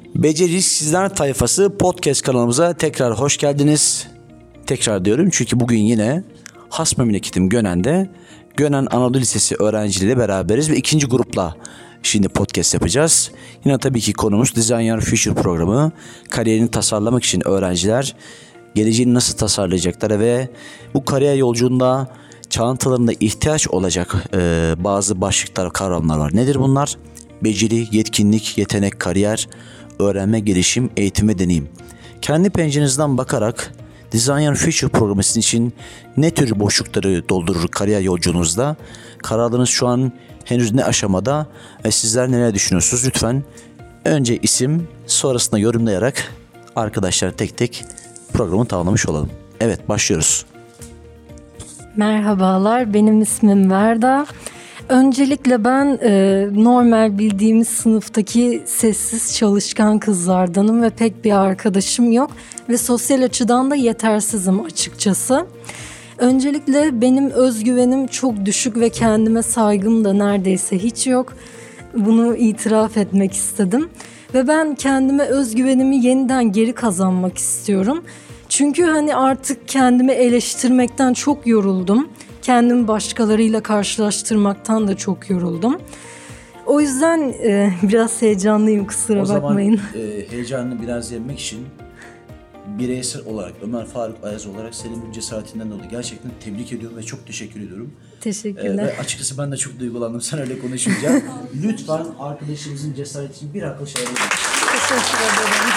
Beceriksizler Tayfası podcast kanalımıza tekrar hoş geldiniz. Tekrar diyorum çünkü bugün yine has memleketim Gönen'de Gönen Anadolu Lisesi öğrencileriyle beraberiz ve ikinci grupla şimdi podcast yapacağız. Yine tabii ki konumuz Design Your Future programı. Kariyerini tasarlamak için öğrenciler geleceğini nasıl tasarlayacaklar ve bu kariyer yolculuğunda çantalarında ihtiyaç olacak bazı başlıklar, kavramlar var. Nedir bunlar? Beceri, yetkinlik, yetenek, kariyer, öğrenme, gelişim, eğitim ve deneyim. Kendi pencerenizden bakarak Design Your Future programı sizin için ne tür boşlukları doldurur kariyer yolculuğunuzda? Kararlarınız şu an henüz ne aşamada ve sizler neler düşünüyorsunuz? Lütfen önce isim, sonrasında yorumlayarak arkadaşlar tek tek programı tamamlamış olalım. Evet, başlıyoruz. Merhabalar, benim ismim Verda. Öncelikle ben normal bildiğimiz sınıftaki sessiz çalışkan kızlardanım ve pek bir arkadaşım yok ve sosyal açıdan da yetersizim açıkçası. Öncelikle benim özgüvenim çok düşük ve kendime saygım da neredeyse hiç yok. Bunu itiraf etmek istedim ve ben kendime özgüvenimi yeniden geri kazanmak istiyorum. Çünkü artık kendimi eleştirmekten çok yoruldum. Kendimi başkalarıyla karşılaştırmaktan da çok yoruldum. O yüzden biraz heyecanlıyım, kusura bakmayın. O zaman heyecanını biraz yenmek için bireysel olarak Ömer Faruk Ayaz olarak senin bu cesaretinden dolayı gerçekten tebrik ediyorum ve çok teşekkür ediyorum. Teşekkürler. Ve açıkçası ben de çok duygulandım sen öyle konuşunca. Lütfen arkadaşımızın cesaretini bir alkış ayıralım. Teşekkür ederim.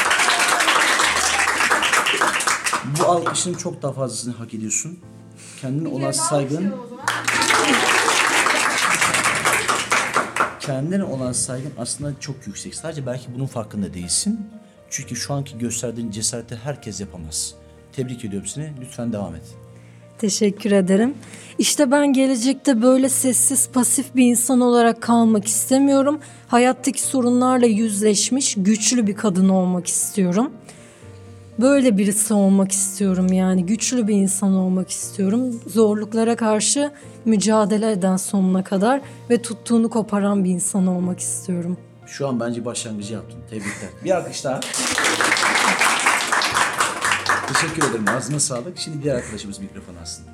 Bu alkışın çok daha fazlasını hak ediyorsun. Kendine olan saygın... Kendine olan saygın aslında çok yüksek. Sadece belki bunun farkında değilsin. Çünkü şu anki gösterdiğin cesareti herkes yapamaz. Tebrik ediyorum seni. Lütfen devam et. Teşekkür ederim. İşte ben gelecekte böyle sessiz, pasif bir insan olarak kalmak istemiyorum. Hayattaki sorunlarla yüzleşmiş, güçlü bir kadın olmak istiyorum. Böyle birisi olmak istiyorum yani. Güçlü bir insan olmak istiyorum. Zorluklara karşı mücadele eden sonuna kadar ve tuttuğunu koparan bir insan olmak istiyorum. Şu an bence başlangıcı yaptın. Tebrikler. Bir alkış daha. Teşekkür ederim. Ağzına sağlık. Şimdi diğer arkadaşımız mikrofon alsın.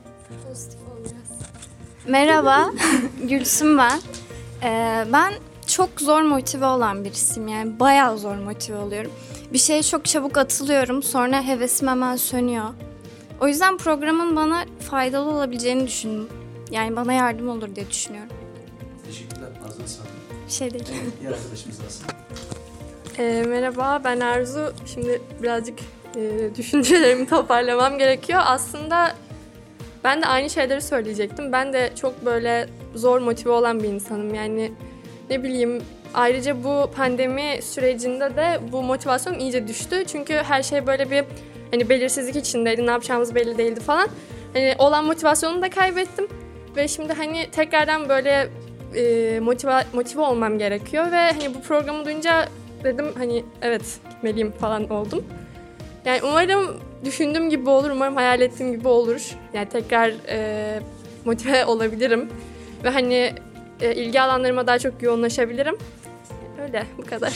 Merhaba, Gülsüm ben. Ben çok zor motive olan birisiyim. Yani bayağı zor motive oluyorum. Bir şeye çok çabuk atılıyorum. Sonra hevesim hemen sönüyor. O yüzden programın bana faydalı olabileceğini düşündüm. Yani bana yardım olur diye düşünüyorum. Teşekkürler. Ağzına sağlık. Bir şey değil. Diğer arkadaşımız alsın. Merhaba, ben Arzu. Şimdi birazcık düşüncelerimi toparlamam gerekiyor. Aslında ben de aynı şeyleri söyleyecektim. Ben de çok böyle zor motive olan bir insanım. Yani ne bileyim, ayrıca bu pandemi sürecinde de bu motivasyonum iyice düştü. Çünkü her şey böyle bir belirsizlik içindeydi. Ne yapacağımız belli değildi falan. Olan motivasyonumu da kaybettim. Ve şimdi tekrardan böyle motive olmam gerekiyor. Ve bu programı duyunca dedim evet gitmeliyim falan oldum. Yani umarım düşündüğüm gibi olur, umarım hayal ettiğim gibi olur. Yani tekrar motive olabilirim. Ve ilgi alanlarıma daha çok yoğunlaşabilirim. Öyle, bu kadar.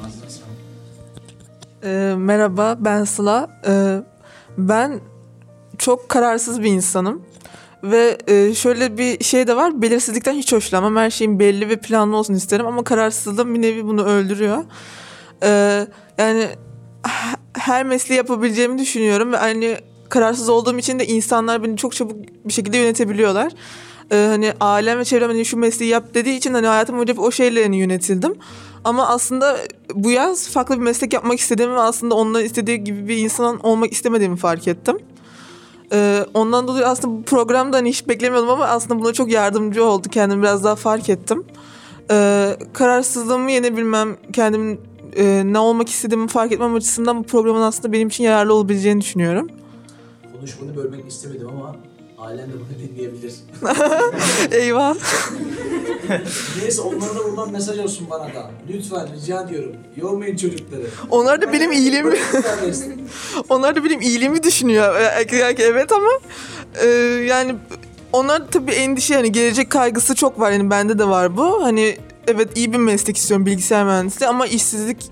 Merhaba, ben Sıla. Ben çok kararsız bir insanım. Ve şöyle bir şey de var, belirsizlikten hiç hoşlanmam. Her şeyin belli ve planlı olsun isterim ama kararsızlığım bir nevi bunu öldürüyor. Yani her mesleği yapabileceğimi düşünüyorum ve kararsız olduğum için de insanlar beni çok çabuk bir şekilde yönetebiliyorlar. Ailem ve çevrem şu mesleği yap dediği için hayatım boyunca o şeyle yönetildim. Ama aslında bu yaz farklı bir meslek yapmak istediğimi ve aslında onların istediği gibi bir insan olmak istemediğimi fark ettim. Ondan dolayı aslında bu programda hiç beklemiyordum ama aslında buna çok yardımcı oldu. Kendimi biraz daha fark ettim. Kararsızlığımı yenebilmem, kendimin ne olmak istediğimi fark etmem açısından bu programın aslında benim için yararlı olabileceğini düşünüyorum. Konuşmanı bölmek istemedim ama ailen de bunu dinleyebilir. Eyvah. Neyse onlara da buradan mesaj olsun bana da. Lütfen rica ediyorum. Yormayın çocukları. Onlar da benim iyiliğimi... Onlar da benim iyiliğimi düşünüyor. Evet ama yani onlar tabii endişe, gelecek kaygısı çok var. Bende de var bu. Evet, iyi bir meslek istiyorum, bilgisayar mühendisliği, ama işsizlik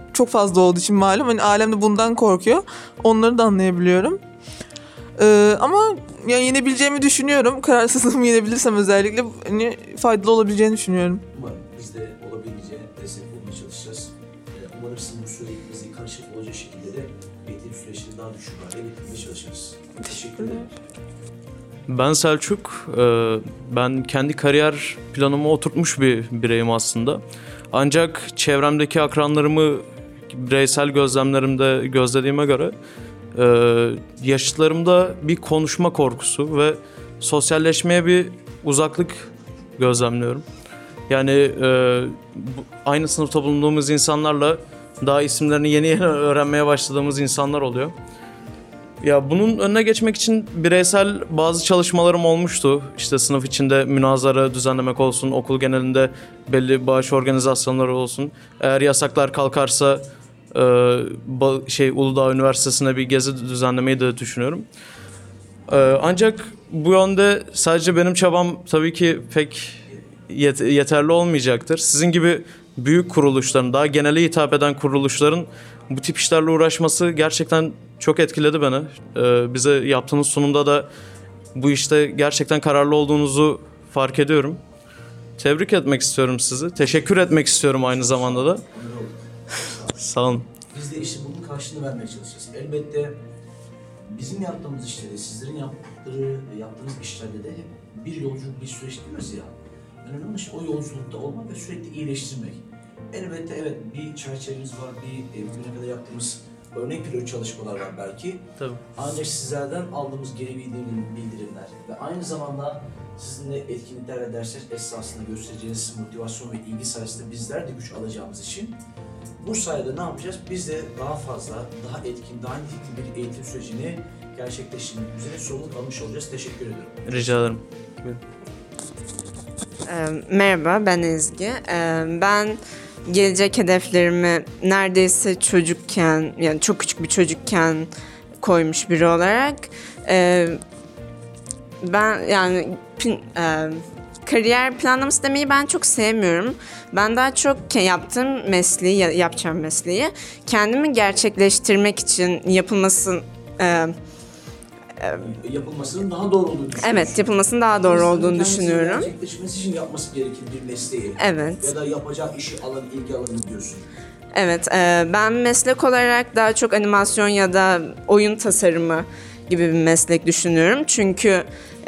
çok fazla olduğu için malum. Hani alem de bundan korkuyor. Onları da anlayabiliyorum. Ama yani yenebileceğimi düşünüyorum. Kararsızlığımı yenebilirsem özellikle hani faydalı olabileceğini düşünüyorum. Umarım biz de olabildiğince destek olmaya çalışacağız. Umarım sizin bu sürecinizi karışık olacak şekilde de eğitim süreçleri daha düşük hale getirmeye çalışırız. Teşekkür ederim. Ben Selçuk. Ben kendi kariyer planımı oturtmuş bir bireyim aslında. Ancak çevremdeki akranlarımı bireysel gözlemlerimde gözlediğime göre yaşıtlarımda bir konuşma korkusu ve sosyalleşmeye bir uzaklık gözlemliyorum. Yani aynı sınıfta bulunduğumuz insanlarla daha isimlerini yeni yeni öğrenmeye başladığımız insanlar oluyor. Ya bunun önüne geçmek için bireysel bazı çalışmalarım olmuştu. İşte sınıf içinde münazara düzenlemek olsun, okul genelinde belli bağış organizasyonları olsun. Eğer yasaklar kalkarsa Uludağ Üniversitesi'ne bir gezi düzenlemeyi de düşünüyorum. Ancak bu yönde sadece benim çabam tabii ki pek yeterli olmayacaktır. Sizin gibi büyük kuruluşların, daha genele hitap eden kuruluşların bu tip işlerle uğraşması gerçekten çok etkiledi beni. Bize yaptığınız sunumda da bu işte gerçekten kararlı olduğunuzu fark ediyorum. Tebrik etmek istiyorum sizi. Teşekkür etmek istiyorum aynı zamanda da. Sağ olun. Biz de işte bunun karşılığını vermeye çalışacağız. Elbette bizim yaptığımız işleri, sizlerin yaptığınız işlerde de hep bir yolculuk, bir süreç diyoruz ya. Önemli olan şey o yolculukta olmak ve sürekli iyileştirmek. Elbette evet bir çerçevemiz var, bir bugüne kadar yaptığımız örnek veriyor çalışmalar var belki. Tabii. Ancak sizlerden aldığımız geri bildirimler ve aynı zamanda sizinle etkinlikler ve dersler esasında göstereceğiniz motivasyon ve ilgi sayesinde bizler de güç alacağımız için bu sayede ne yapacağız? Biz de daha fazla, daha etkin, daha nitelikli bir eğitim sürecini gerçekleştirmek üzere sorumluluk almış olacağız. Teşekkür ediyorum. Rica ederim. Buyurun. Merhaba, ben Ezgi. Ben gelecek hedeflerimi neredeyse çocukken, yani çok küçük bir çocukken koymuş biri olarak ben yani kariyer planlaması demeyi ben çok sevmiyorum. Ben daha çok yaptığım mesleği, yapacağım mesleği kendimi gerçekleştirmek için yapılmasının daha doğru olduğunu düşünüyorum. Evet, yapılmasının daha doğru olduğunu düşünüyorum. Gerçekleşmesi için yapması gerekir bir mesleği. Evet. Ya da yapacağı işi alan, ilgi alanı diyorsun. Evet, ben meslek olarak daha çok animasyon ya da oyun tasarımı gibi bir meslek düşünüyorum. Çünkü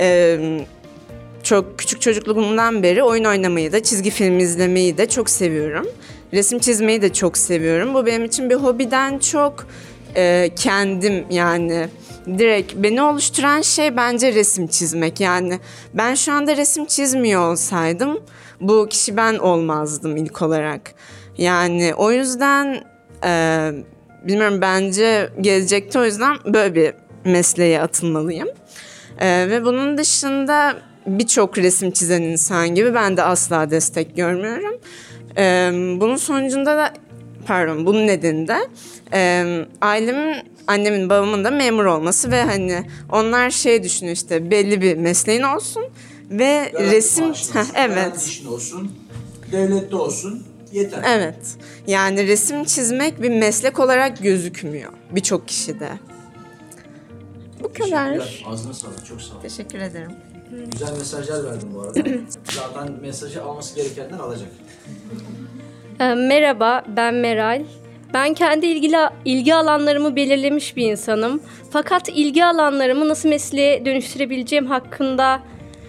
çok küçük çocukluğumdan beri oyun oynamayı da, çizgi film izlemeyi de çok seviyorum. Resim çizmeyi de çok seviyorum. Bu benim için bir hobiden çok kendim, yani direkt beni oluşturan şey bence resim çizmek. Yani ben şu anda resim çizmiyor olsaydım bu kişi ben olmazdım ilk olarak. Yani o yüzden bilmiyorum, bence gelecekte o yüzden böyle bir mesleğe atılmalıyım. Ve bunun dışında birçok resim çizen insan gibi ben de asla destek görmüyorum. Bunun sonucunda da bunun nedeninde ailemin, annemin, babamın da memur olması ve hani onlar düşünüyor, işte belli bir mesleğin olsun ve resim evet. İşin olsun, devlette olsun, yeter. Evet. Yani resim çizmek bir meslek olarak gözükmüyor birçok kişide. Bu kadar. Ağzına sağlık, çok sağ ol. Teşekkür ederim. Güzel mesajlar verdin bu arada. Zaten mesajı alması gerekenler alacak. Merhaba, ben Meral. Ben kendi ilgi alanlarımı belirlemiş bir insanım. Fakat ilgi alanlarımı nasıl mesleğe dönüştürebileceğim hakkında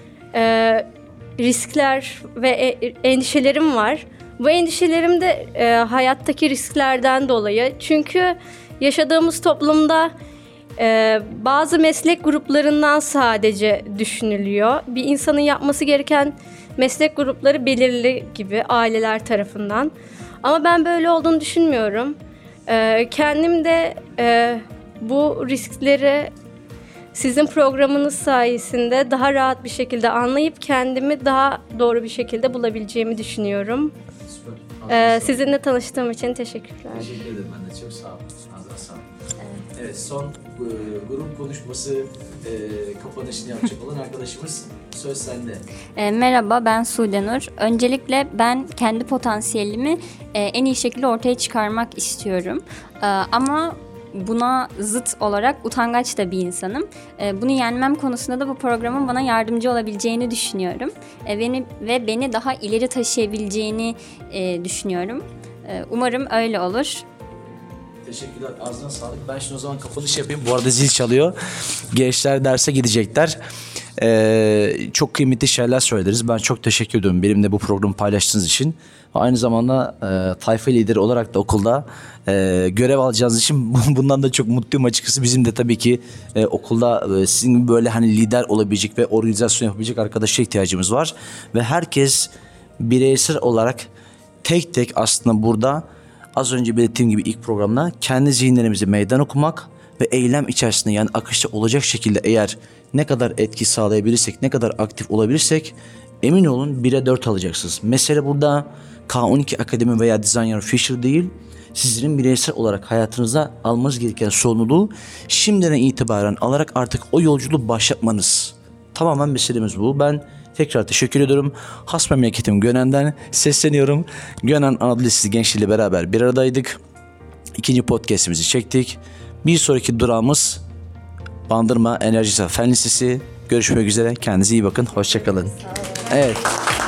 riskler ve endişelerim var. Bu endişelerim de hayattaki risklerden dolayı. Çünkü yaşadığımız toplumda bazı meslek gruplarından sadece düşünülüyor. Bir insanın yapması gereken meslek grupları belirli gibi aileler tarafından. Ama ben böyle olduğunu düşünmüyorum. Kendim de bu riskleri sizin programınız sayesinde daha rahat bir şekilde anlayıp kendimi daha doğru bir şekilde bulabileceğimi düşünüyorum. Süper. Sizinle tanıştığım için teşekkürler. Teşekkür ederim ben de. Çok sağ olun. Ağzına sağlık. Evet, son grup konuşması kapanışını yapacak olan arkadaşımız Söz sende. Merhaba, ben Sude Nur. Öncelikle ben kendi potansiyelimi en iyi şekilde ortaya çıkarmak istiyorum. Ama buna zıt olarak utangaç da bir insanım. Bunu yenmem konusunda da bu programın bana yardımcı olabileceğini düşünüyorum. Beni daha ileri taşıyabileceğini düşünüyorum. Umarım öyle olur. Teşekkürler. Ağzına sağlık. Ben şimdi o zaman kapanış yapayım. Bu arada zil çalıyor. Gençler derse gidecekler. Çok kıymetli şeyler söyleriz. Ben çok teşekkür ediyorum benimle bu programı paylaştığınız için. Aynı zamanda tayfa lideri olarak da okulda görev alacağınız için bundan da çok mutluyum açıkçası. Bizim de tabii ki okulda sizin gibi böyle hani lider olabilecek ve organizasyon yapabilecek arkadaşa ihtiyacımız var. Ve herkes bireysel olarak tek tek aslında burada az önce belirttiğim gibi ilk programda kendi zihinlerimizi meydan okumak ve eylem içerisinde yani akışta olacak şekilde eğer ne kadar etki sağlayabilirsek, ne kadar aktif olabilirsek emin olun 1'e 4 alacaksınız. Mesele burada K12 Akademi veya Designer Fisher değil, sizlerin bireysel olarak hayatınıza almanız gereken sorumluluğu şimdiden itibaren alarak artık o yolculuğu başlatmanız. Tamamen meselemiz bu. Ben tekrar teşekkür ediyorum. Has memleketim Gönen'den sesleniyorum. Gönen Anadolu Lisesi gençliğiyle beraber bir aradaydık. İkinci podcast'imizi çektik. Bir sonraki durağımız Bandırma Enerji Fen Lisesi. Görüşmek üzere. Kendinize iyi bakın. Hoşça kalın. Evet.